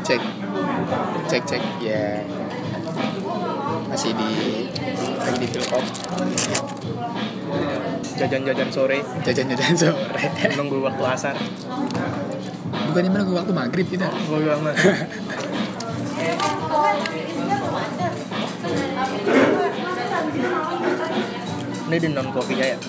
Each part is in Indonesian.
cek ya, masih lagi di Philcop, jajan sore nunggu waktu asar. bukannya menunggu waktu maghrib kita. Bodo amat. Ini di non coffee ya?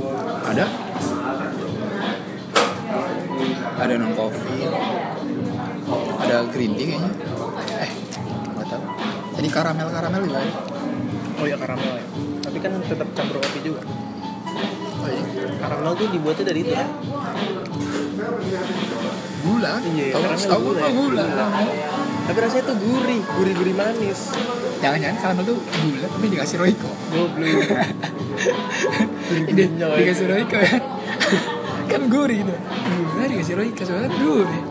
Ada non coffee, ada green tea kayaknya. Nggak tahu. Jadi karamel juga. Oh ya karamel ya. Tapi kan tetap campur kopi juga. Oh iya. Karamel tuh dibuatnya dari itu ya? Gula. Iya. Tahu gula. Tapi rasanya tuh gurih manis. Jangan karamel tuh gula tapi dikasih Royco. Goblok. Dikasih Royco ya. Kan gurih itu. Gula dikasih Royco soalnya gurih.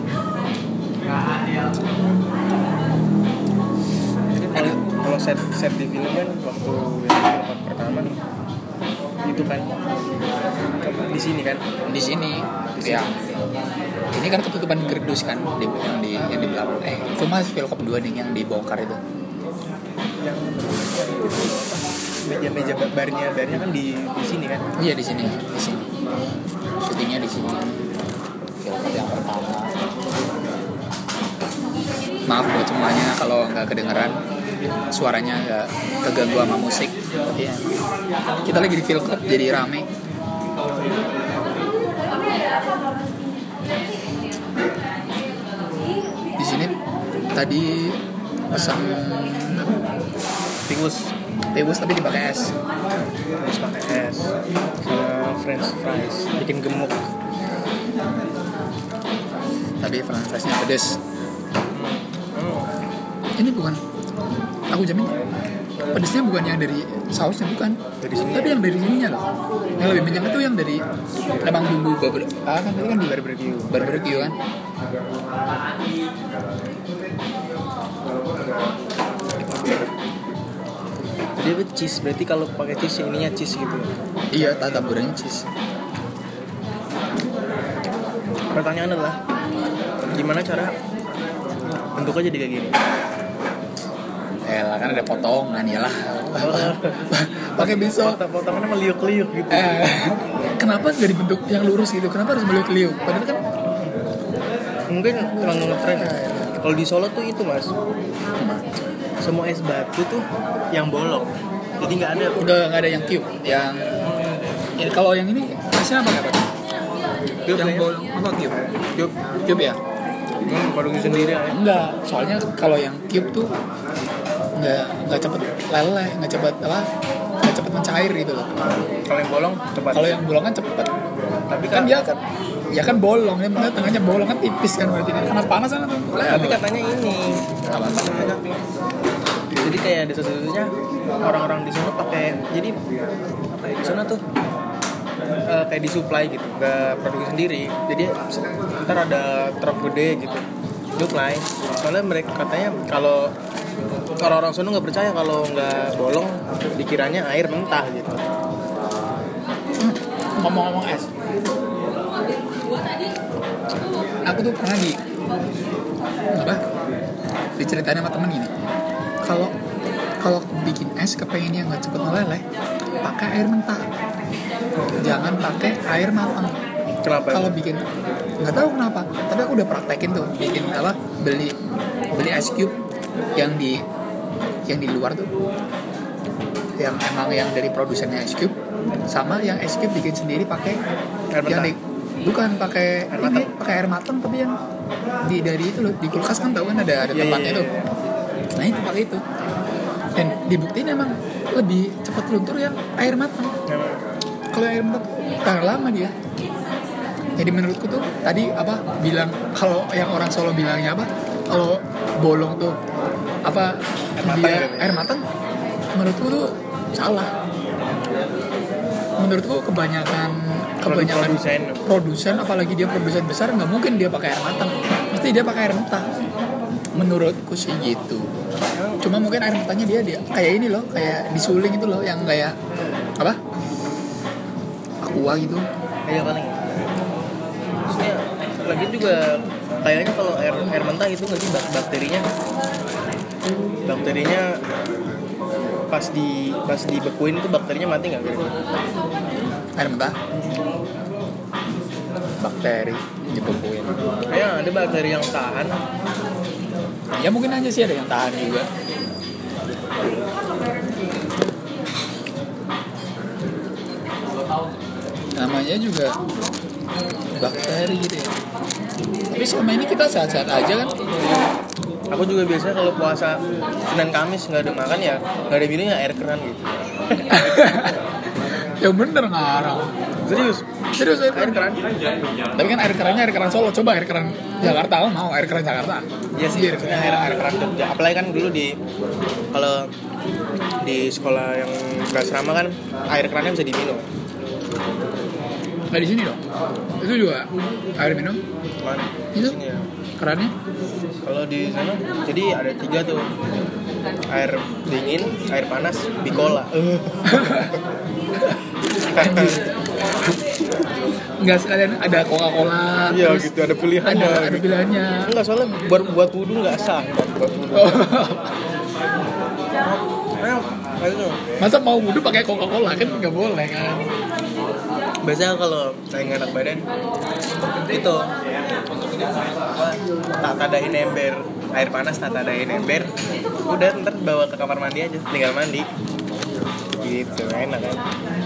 Jadi kalau set di film kan waktu film pertama itu kan di sini kan. Di sini. Ya. Ini kan ketutupan gerdus kan yang di belakang. Itu mas Philcop 2 nih yang dibongkar itu. Yang meja barnya kan di sini kan? Iya di sini. Syutingnya di sini. Philcop yang pertama. Maaf buat semuanya kalau nggak kedengeran suaranya, nggak keganggu sama musik. Tapi ya, kita lagi di Philcop jadi rame. Di sini tadi pesan tiwus tapi dipakai es. Terus pakai es sama french fries bikin gemuk. Tapi french friesnya pedes. Ini bukan, aku jamin pedesnya bukan yang dari sausnya, bukan dari sini, tapi yang dari sininya loh. Yang lebih banyak itu yang dari emang bumbu kan tadi kan di barbecue kan. Jadi cheese, berarti kalau pakai cheese ininya cheese gitu. Iya, taburannya cheese. Pertanyaan adalah gimana cara bentuknya jadi kayak gini? Lah kan ada potongan ya lah. Pakai pisau. Potongannya meliuk-liuk gitu. Kenapa nggak dibentuk yang lurus gitu? Kenapa harus meliuk-liuk? Padahal kan mungkin kurang ngetren. Kalau di Solo tuh itu mas, semua es batu tuh yang bolong. Jadi nggak ada yang cube. Yang kalau yang ini esnya apa nggak? Yang bolong apa cube ya? Produksi sendiri ya? Enggak, soalnya kalau yang cube tuh nggak cepet leleh, nggak cepet mencair gitu loh. Kalau yang bolong cepat. Kalau yang bolong kan cepet. Tapi kan dia kan bolong, ya tengahnya bolong kan tipis kan berarti kan panas kan tuh. Tapi katanya ini apa? Jadi kayak desa-desanya orang-orang di sana pakai, jadi apa ya, di sana tuh kayak disuplai gitu, nggak produksi sendiri. Jadi ntar ada truk gede gitu supply. Soalnya mereka katanya kalau orang-orang sana nggak percaya kalau nggak bolong dikiranya air mentah gitu. Ngomong-ngomong es, aku tuh pernah diceritain sama temen gini, kalau bikin es kepengennya nggak cepet meleleh, pakai air mentah, jangan pakai air matang. Kenapa? Kalau bikin, nggak tahu kenapa, tapi aku udah praktekin tuh bikin beli ice cube yang di luar tuh, yang emang yang dari produsennya ice cube, sama yang ice cube bikin sendiri pakai bukan pakai air matang, tapi yang dari itu loh, di kulkas kan tahu kan ada tempatnya tuh. Nah itu pakai itu, dan dibuktiin emang lebih cepat luntur yang air matang. Kalau air matang tahan lama dia. Jadi menurutku tuh tadi bilang kalau yang orang Solo bilangnya kalau bolong tuh air matang, menurutku tuh salah. Menurutku kebanyakan produsen, apalagi dia produsen besar, nggak mungkin dia pakai air matang, mesti dia pakai air mentah. Menurutku sih gitu. Cuma mungkin air mentahnya dia kayak ini loh, kayak disuling itu loh, yang kayak aqua gitu. Iya paling. Maksudnya lagi juga kayaknya kalau air mentah itu nggak sih bakterinya pas dibekuin tuh bakterinya mati nggak kira-kira? Air mentah. Bakteri dibekuin. Kayaknya ada bakteri yang tahan. Ya mungkin aja sih ada yang tahan juga. Namanya juga bakteri gitu ya. Tapi selama ini kita sehat-sehat aja kan. Aku juga biasanya kalau puasa Senin Kamis nggak ada makan ya nggak ada minumnya air keran gitu. Ya bener ngarang. Serius air keran. Tapi kan air kerannya air keran Solo. Coba air keran Jakarta, mau air keran Jakarta. Iya sih, air keran Jogja. Apalagi kan dulu kalau di sekolah yang nggak asrama kan air kerannya bisa diminum. Nah di sini dong. Itu juga air minum. Mana? Itu Di sini ya. kerannya. Kalau di sana jadi ada 3 tuh. Air dingin, air panas, Bicola. Enggak sekalian ada Coca-Cola. Iya terus gitu, ada pilihannya. Ada pilihannya. Enggak, soalnya buat wudhu nggak sah. Buat wudhu. Oh. Ayo. Masa mau wudhu pakai Coca-Cola kan nggak boleh kan? Biasanya kalau saya nggak enak badan itu tak tadain ember air panas, tak tadain ember, udah ntar bawa ke kamar mandi aja, tinggal mandi gitu, enak kan?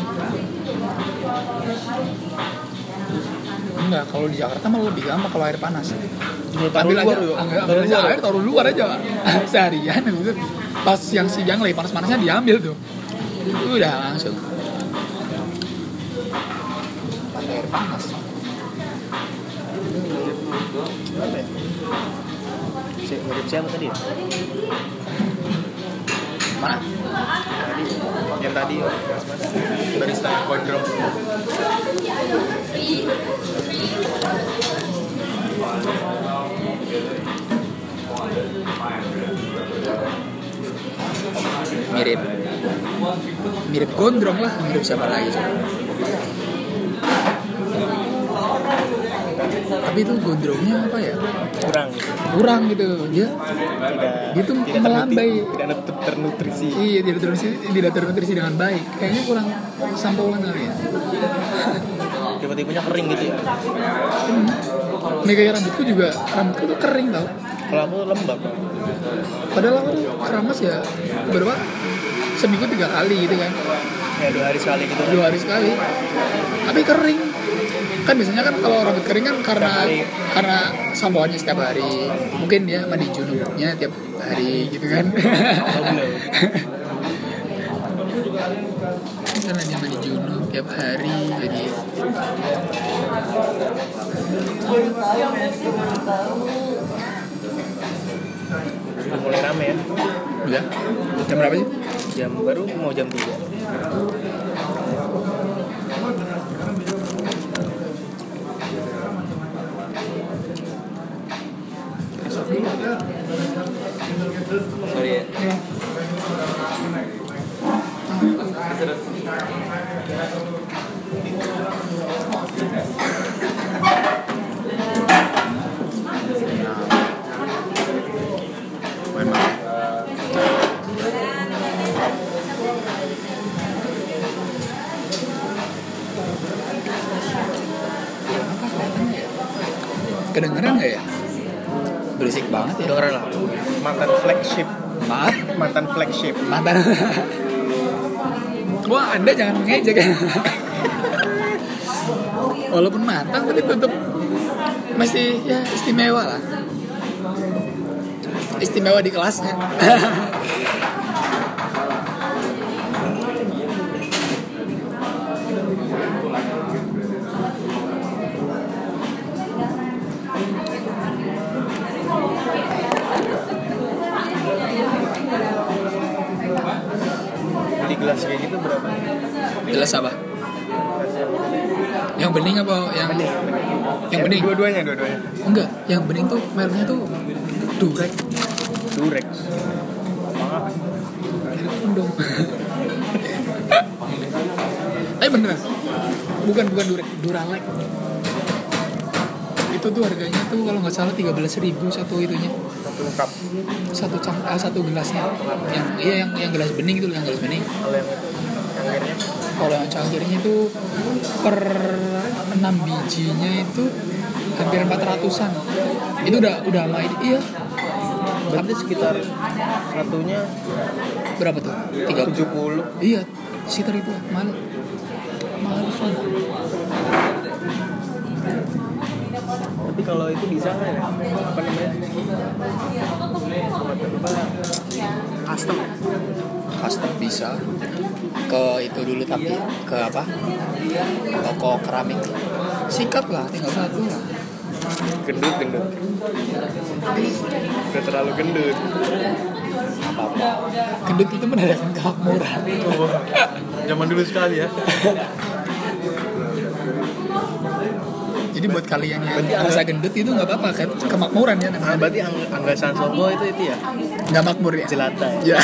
Enggak, kalau di Jakarta malah lebih gampang kalau air panas. Taruh luar yuk. Ambil aja air, taruh luar aja seharian gitu. Pas yang siang lagi panas-panasnya diambil tuh. Udah langsung. Pakai air panas. Apa ya? Mirip siapa tadi ya? Mana? Yang tadi mas barista gondrong. Mirip gondrong lah, mirip siapa lagi coba. Tapi itu gondrongnya apa ya? Kurang gitu dia. Dia tuh melambai, tidak ternutrisi. Iya, tidak ternutrisi dengan baik. Kayaknya kurang sampoan kali ya. Tiba-tibanya kering gitu ya. Ini kayak rambutku tuh kering tau. Kalau aku lembab. Padahal aku tuh keramas ya berapa? Seminggu 3 kali gitu kan. Ya 2 hari sekali gitu. 2 hari sekali. Tapi kering. Kan biasanya kan kalau rambut kering kan karena sampoannya setiap hari. Mungkin dia mandi junubnya tiap hari gitu kan. Karena dia mandi junub tiap hari jadi udah mulai rame ya. udah. Jam berapa sih? Jam baru mau jam 3. Sorry ya. Kedengeran nggak ya? Berisik banget ya. Dengeran lah. Mantan flagship. Wah, Anda jangan mengejek ya. Walaupun mantan tapi tetap masih ya istimewa lah. Istimewa di kelasnya. Beli gelas kayak gitu berapa? Gelas apa? Yang bening apa yang yang bening? Dua-duanya. Enggak, yang bening tuh mereknya tuh Durex. Merek kondom. Beneran. Bukan Durex, Duralex. itu tuh harganya tuh kalau nggak salah 13.000 satu itunya. Satu gelasnya. Yang gelas bening itu, yang gelas bening. Kalau yang cangkirnya itu per 6 bijinya itu hampir 400-an. Itu udah sama iya. Berarti sekitar satunya berapa tuh? 70. Iya, sekitar itu. Mahal soalnya. Tapi kalau itu bisa nggak ya? Apa namanya? Custom bisa. Ke itu dulu tapi ke apa? Toko keramik. Sikat lah, tinggal satu lah. Gendut. Udah terlalu gendut. Apa-apa. Gendut itu menandakan kemakmuran. Zaman dulu sekali ya. Jadi buat kalian yang merasa gendut itu nggak apa-apa kan, kemakmuran ya. Berarti Angga Sansogo itu ya? Nggak makmur ya? Jelata ya?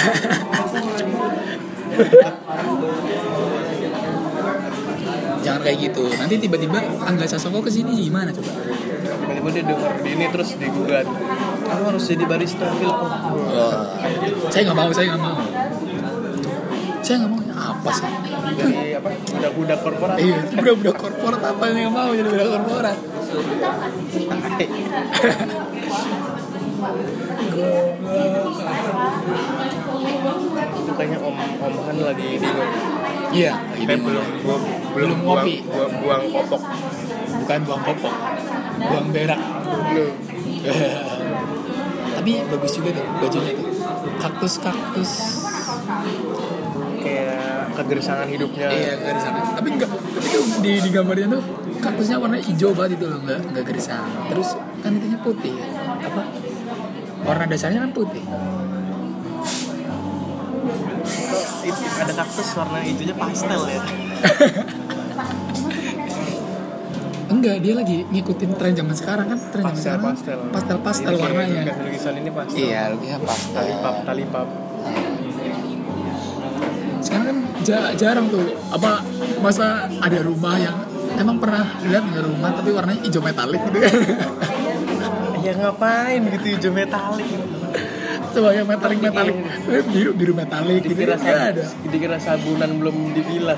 Jangan kayak gitu. Nanti tiba-tiba Angga Sasongko kesini gimana coba? Tiba-tiba dia denger di ini terus digugat. Kamu harus jadi barista Philco. Saya nggak mau. Apa sih? Jadi apa? Budak-budak korporat. Iya, budak-budak korporat apa yang mau jadi budak korporat? Itu kayaknya om-oman lagi bingung. Iya, belum ngopi. Buang kopok. Bukan buang kopok. Buang berak. Belum. Tapi bagus juga tuh bajunya tuh. Kaktus. Kayak kegerisangan hidupnya. Iya, kegerisangan. Tapi enggak. Itu di gambarnya tuh kaktusnya warna hijau banget itu loh, enggak gersang. Terus kan itunya putih. Apa? Warna dasarnya kan putih. Itu ada kaktus warna hijaunya pastel ya. Enggak, dia lagi ngikutin tren zaman sekarang kan, pastel warnanya. Lukisan ini pastel. Iya, lukisan pastel. Talipap. Sekarang kan jarang tuh apa masa ada rumah yang emang pernah lihat nggak rumah tapi warnanya hijau metalik gitu kan. Ya ngapain gitu hijau metalik. Coba yang metalik biru metalik gitu kan ada. Dikira sabunan belum dibilas.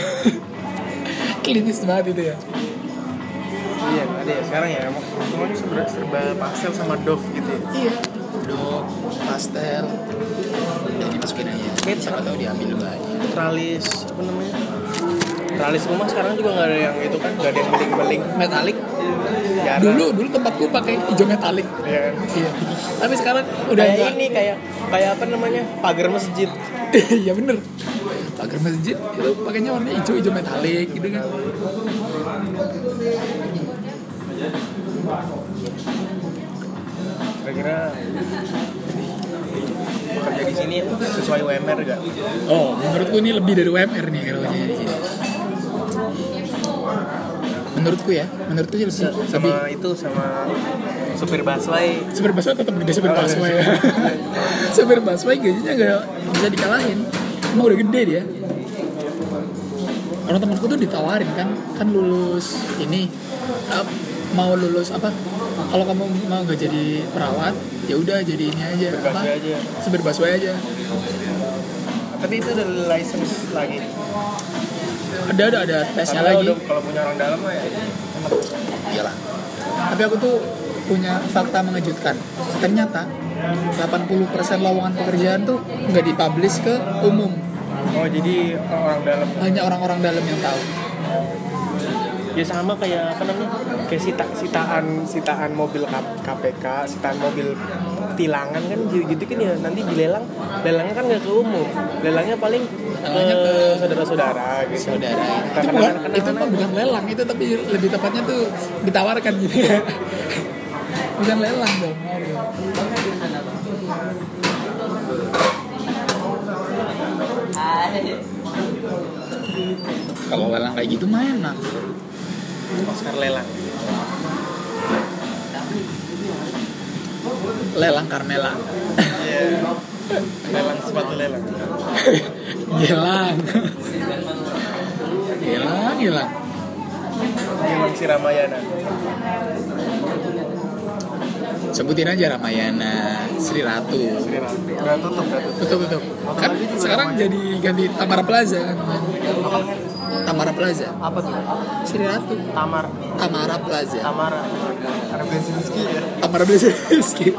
Klinis banget itu ya. Iya ada ya sekarang ya semuanya serba pastel sama Dove gitu ya. Iya Dove pastel dan dimasukin aja siapa tahu diambil banyak. Tralis apa namanya, tralis rumah sekarang juga nggak ada yang itu kan, nggak ada yang beling-beling metalik. Jarang. Dulu tempatku pakai hijau metalik. Iya. Tapi sekarang udah kayak ini kayak apa namanya, pagar masjid. Iya bener, pagar masjid itu pakainya warna hijau metalik gitu kan. Kira-kira kerja di sini sesuai UMR gak? Oh, menurutku ini lebih dari UMR nih kalau kerja di sini. Menurutku sih lebih. Sama supir busway. Supir busway tetap gede supir busway ya. Supir busway gajinya nggak bisa dikalahin. Emang udah gede dia. Orang temanku tuh ditawarin kan lulus ini mau lulus apa? Kalau kamu mau gak jadi perawat, ya udah jadi ini aja. Supir busway aja. Tapi itu udah license lagi. Ada tesnya lagi. Kalau punya orang dalam mah ya. Iyalah. Tapi aku tuh punya fakta mengejutkan. Ternyata 80% lowongan pekerjaan tuh nggak dipublish ke umum. Oh jadi orang dalam. Hanya orang-orang dalam yang tahu. Ya sama kayak apa namanya? Kayak sitaan mobil KPK, sitaan mobil tilangan kan gitu kan ya, nanti lelangnya kan nggak ke umum, lelangnya paling ke saudara-saudara gitu. Itu bukan lelang itu, tapi lebih tepatnya tuh ditawarkan gitu ya. Bukan lelang dong. Kalau lelang kayak gitu mah enak. Oscar lelang. Lelang Carmela. Yeah. Lelang sepatu lelang. Gilang. Memang si Ramayana. Sebutin aja Ramayana, Sri Ratu. Udah tutup. Tutup. Kan sekarang jadi ganti Tamara Plaza kan. Tamara Plaza. Apa tuh? Sri Ratu. Tamara Plaza. Ada Brzezinski ya. Tamara Brzezinski.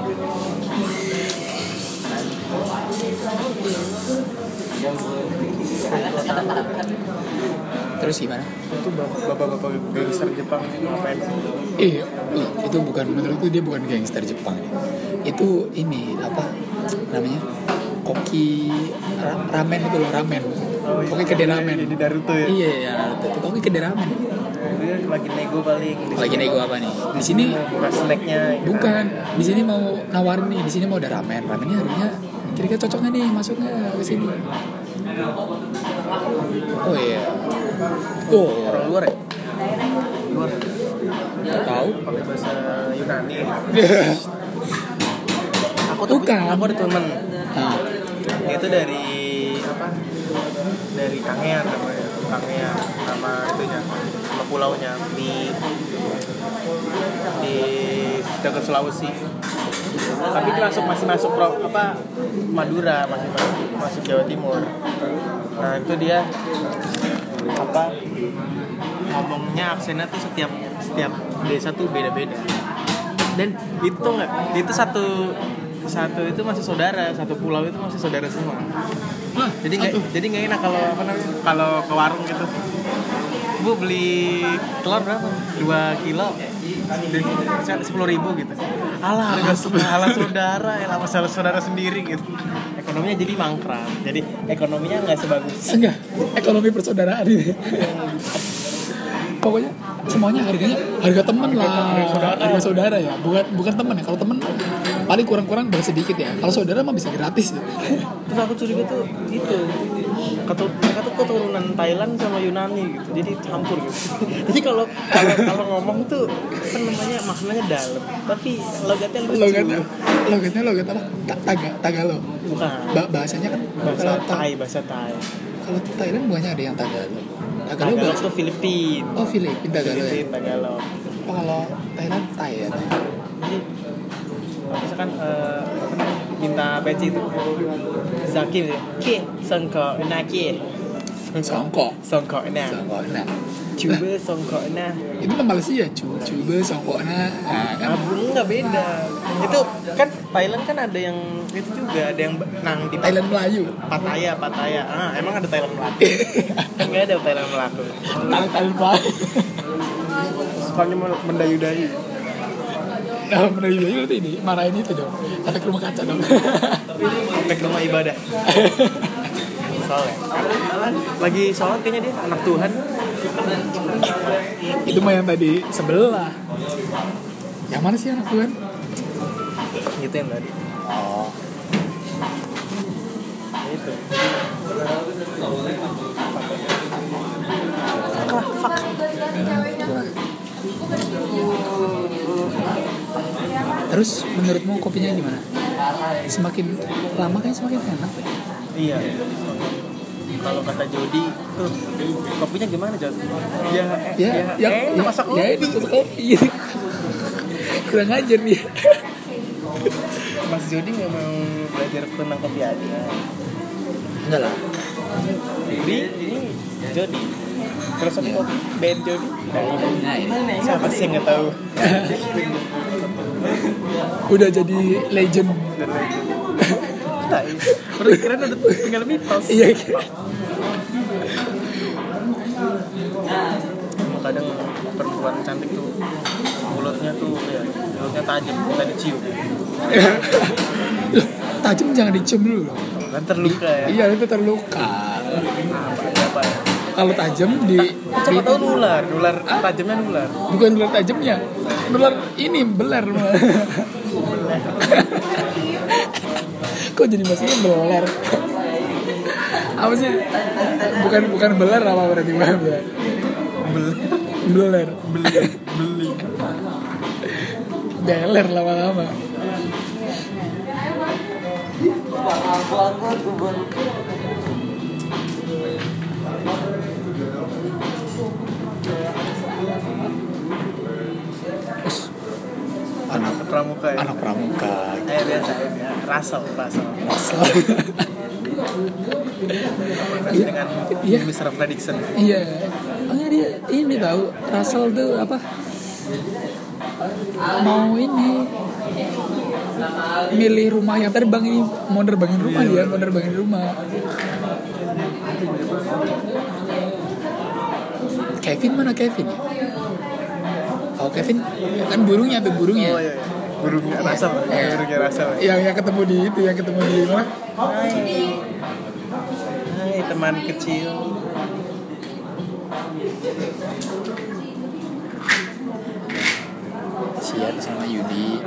Terus gimana? Itu bapak-bapak gangster Jepang ngapain sih? Itu bukan, menurutku dia bukan gangster Jepang. Itu ini apa namanya? Koki ramen itu loh, ramen. Koki kedai ramen. Di Naruto ya. Iya, Naruto. Itu koki kedai ramen. Dia lagi nego paling. Lagi nego apa nih? Di sini bukan snacknya. Bukan. Di sini mau nawarin nih. Di sini mau ada ramen. Ramennya harganya kira-kira cocok nggak nih? Masuk nggak ke sini? Oh iya. Orang luar ya? Nggak tahu. Pakai bahasa Yunani. Aku ada teman. Itu dari apa? Dari Kangean namanya. Kangean sama itunya, sama pulaunya di dekat Sulawesi. Tapi itu masih masuk Madura, masih Jawa Timur. Nah itu dia apa ngomongnya aksennya tuh setiap desa tuh beda-beda. Dan itu satu itu masih saudara, satu pulau itu masih saudara semua. Jadi nggak enak kalau ke warung gitu. Bu beli telur berapa? 2 kilo 10.000 gitu. Alah harga saudara ya, sama saudara sendiri gitu. Ekonominya jadi mangkrak. Jadi ekonominya nggak sebagus. Enggak, ekonomi persaudaraan ini. Pokoknya semuanya harga teman lah, harga saudara ya, bukan teman ya. Kalau teman paling kurang sedikit ya. Kalau saudara mah bisa gratis ya. Terus aku curiga tuh itu mereka tuh keturunan Thailand sama Yunani gitu, jadi campur gitu. Jadi kalau ngomong tuh apa namanya maknanya dalam, tapi logatnya lucu. Logat apa? Tagalog. Bukan. Bahasanya kan bahasa Thai. Kalau Thailand bukannya ada yang Tagalog. Tagalog tuh Filipin. Oh, Filipin Tagalog. Tagalog. Oh, kalau Thailand Thai ya. Jadi misalkan minta peci itu Zaki ya. Ki songkok na ki. Songkok na. Coba songkok na. Itu kan Malaysia, coba songkok na. Kan enggak beda. Itu kan Thailand kan ada yang itu juga, ada yang nang di Thailand Melayu. Pattaya. Emang ada Thailand Melayu. Enggak ada Thailand Melayu. Thailand Melayu. Soalnya mendayu-dayu. Nah, mendayu-dayu itu ini, marahin itu dong. Efek rumah kaca dong. Efek rumah ibadah. Soalnya lagi sholat kayaknya dia anak Tuhan. Itu mah yang tadi sebelah. Yang mana sih anak Tuhan? Gitu yang tadi. Oh. Itu. Fuck. Terus menurutmu kopinya gimana? Semakin lama kan semakin enak. Iya. Kalau kata Jody tuh kopinya gimana Jod? Ya masak kopi. Kurang ajar dia. Mas Jody nggak mau belajar tentang kopi aja. Enggak lah. Ini Jody. Filosofi kopi band Jody. Nah, ini. Siapa sih yang nggak tahu? Udah jadi legend. Udah keren udah tinggal mitos. Iya. Kadang perempuan cantik tuh mulutnya tajam, kita dicium. Tajam jangan dicium dulu. Kan terluka ya. Iya, itu terluka. Apa ya? Kalau tajam siapa tahu nular tajamnya nular. Bukan nular tajamnya. Nular ini beler. Kok jadi maksudnya beler? Apa sih? Bukan beler apa berarti bang? Beler. Beli. Beler lama-lama. pramuka ya. Anak pramuka. Biasa ya. Russell. Dengan Mr. Fredrickson. Iya. Dia ini tahu Russell tuh apa? Mau ini milih rumah yang terbang ini, mau nerbangin rumah dia, mau nerbangin rumah. Kevin mana Kevin? Oh Kevin kan burungnya. Oh iya. Burungnya Russell. Burungnya Russell. Yang ketemu di itu, yang ketemu di mana? Hai teman kecil. Sian sama Yudi.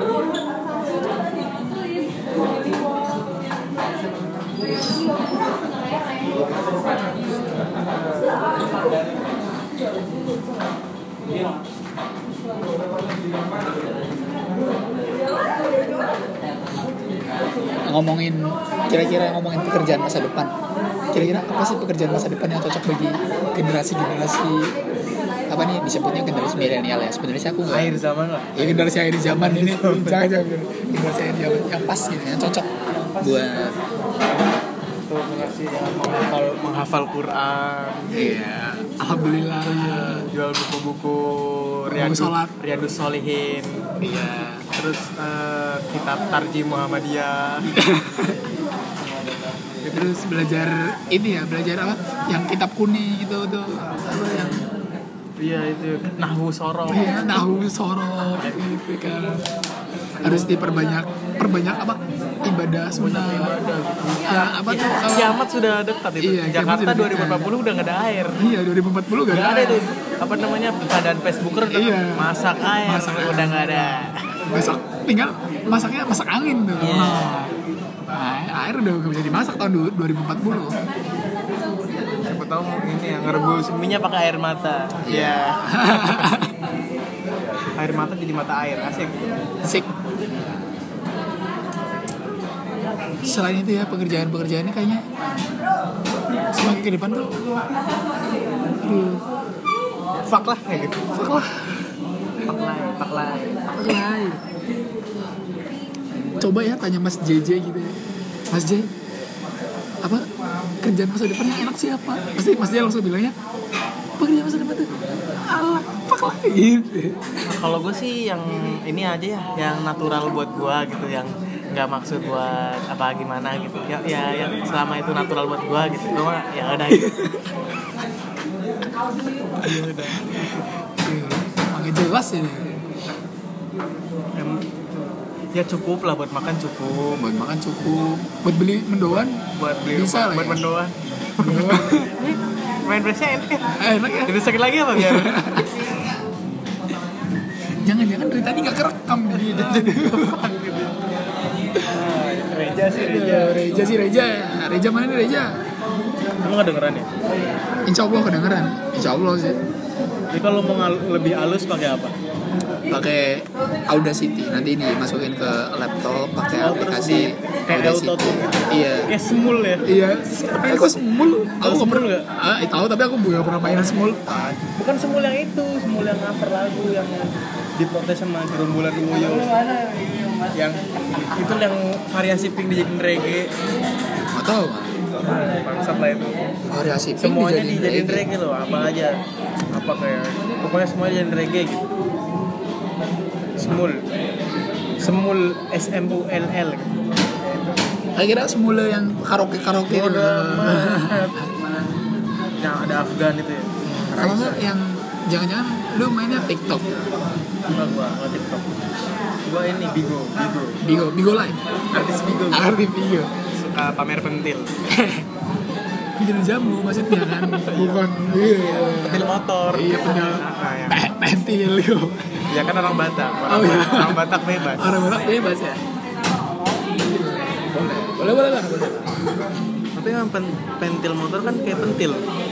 Ngomongin pekerjaan masa depan. Kira-kira apa sih pekerjaan masa depan yang cocok bagi generasi apa nih disebutnya generasi milenial ya? Sebenarnya sih aku nggak. Akhir zaman lah. Ya generasi akhir zaman ini. Jangan generasi akhir zaman yang pas gitu, yang cocok buat Tuh generasi yang menghafal Quran. Iya, alhamdulillah. Jual buku-buku Riyadus Shalihin. Iya. Terus kitab Tarjim Muhammadiyah. Terus belajar apa? Yang kitab kuning gitu tuh. Apa yang Iya itu Nahwu Sorok. Iya, Nahwu Sorok gitu kan. Harus perbanyak apa? Ibadah sunnah. Apa tuh? Kiamat sudah dekat itu. Iya, Jakarta 2040 udah nggak ada air. Iya, 2040 nggak ada itu. Apa namanya? Keadaan Facebooker udah masak air. Udah nggak ada. Tinggal masak angin tuh. Iya. Nah, air udah gak bisa dimasak tahun 2040. Siapa tahu ini yang ngerebus minyak pakai air mata. Iya. Air mata jadi mata air, asik. Selain itu ya pekerjaan-pekerjaan ini kayaknya semakin ke depan tuh Fuck lah kayak gitu. Fuck lah. Coba ya tanya Mas JJ gitu ya. Mas J, apa kerjaan masa depan yang enak siapa? Pasti Mas J langsung bilangnya pekerjaan masa depan tuh alah, fuck lah gitu. Kalau gue sih yang ini aja ya, yang natural buat gue gitu, yang nggak maksud buat apa gimana gitu. Ya yang selama itu natural buat gue gitu. Gue mah ya udah gitu. Makanya jelas ya. Ya cukup lah buat makan cukup. Buat beli mendoan bisa lah. Buat ya. mendoan. Main flashnya enak ya. Enak ya. Jadi sakit lagi apa biar? Jangan-jangan dari tadi nggak kerekam nih. Reja mana nih Reja? Emang nggak dengeran ya? Insya Allah kedengeran. Insya Allah sih. Jadi kalau mau lebih halus pakai apa? Pakai Audacity. Nanti ini masukin ke laptop pakai aplikasi kayak Audacity. auto gitu. Iya. Kayak Smul ya? Iya. Tapi aku Smul. Aku nggak Smul nggak? Tahu tapi aku nggak pernah main Smul. Bukan Smul yang itu, Smul yang cover lagu yang diprotes sama Gerombolan Woyo. Yang itu yang variasi pink dijadiin reggae. Nggak tahu. Bangsat lah itu. Variasi pink semuanya dijadiin reggae loh, apa aja. Apa kayak pokoknya semuanya dijadiin reggae gitu. Semul SMULL gitu. Saya kira semula yang karaoke itu. Yang ada Afgan itu ya. Kalau nggak yang jangan-jangan lu mainnya TikTok. Enggak gua TikTok. Gua ini Bigo Live. Artis Bigo. Suka pamer pentil. Pentil jamu maksudnya kan. Bukan. Pentil motor. Iya pentil yo. Ya kan orang Batak. Orang Batak bebas. Orang Batak bebas ya. Boleh lah. Tapi yang pentil motor kan kayak pentil.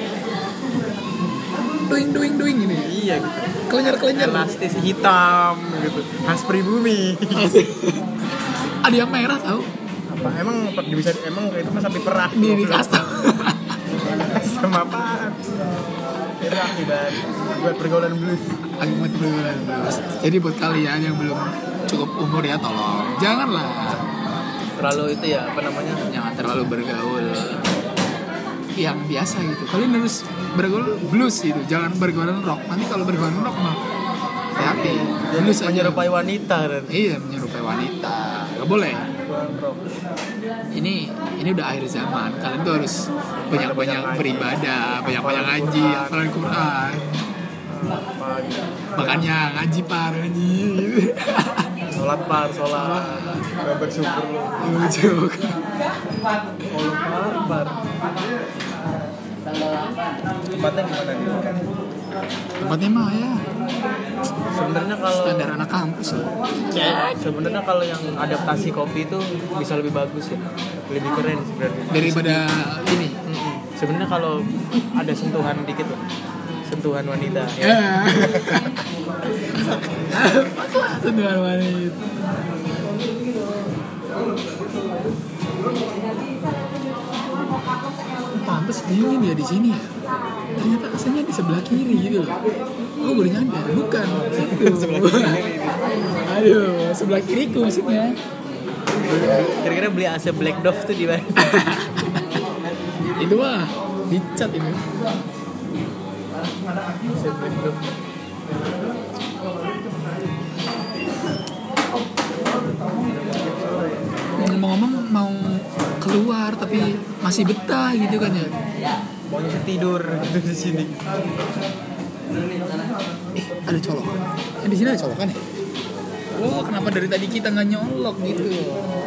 Doing gini. Iya gitu. Kelenjar. Elastis hitam gitu. Khas pribumi. Ada yang merah tahu? Apa? Emang itu mah sapi perah. Di custom. Sama apaan? Perah buat pergaulan blues. Jadi buat kalian yang belum cukup umur ya tolong janganlah terlalu itu ya apa namanya, jangan terlalu bergaul yang biasa gitu. Kalian harus bergaul blues gitu, jangan bergaul rock. Nanti kalau bergaul rock mah hati blues aja. menyerupai wanita kan. Iya, menyerupai wanita. Gak boleh. Ini udah akhir zaman. Kalian tuh harus banyak-banyak beribadah, banyak-banyak ngaji, hafalan Quran. Makanya ngaji ngaji. Sholat bersyukur tempatnya gimana nih? Tempatnya mah ya Sebenarnya kalau standar anak kampus lah. sebenarnya kalau yang adaptasi kopi itu bisa lebih bagus ya, lebih keren sebenarnya Daripada ini. sebenarnya kalau ada sentuhan dikit lah, sentuhan wanita ya. Sentuhan wanita. Pantes dingin ya di sini ya. Ternyata asalnya di sebelah kiri gitu loh. Oh baru nyadar, bukan situ. Aduh, sebelah kiriku maksudnya. Kira-kira beli AC Black Dove tuh di mana? Itu mah dicat ini. AC Black Dove. Ngomong-ngomong mau keluar tapi masih betah gitu kan ya. Maunya tidur gitu di sini. Ada colokan. Di sini ada colokan ya. Lo kenapa dari tadi kita nggak nyolok gitu?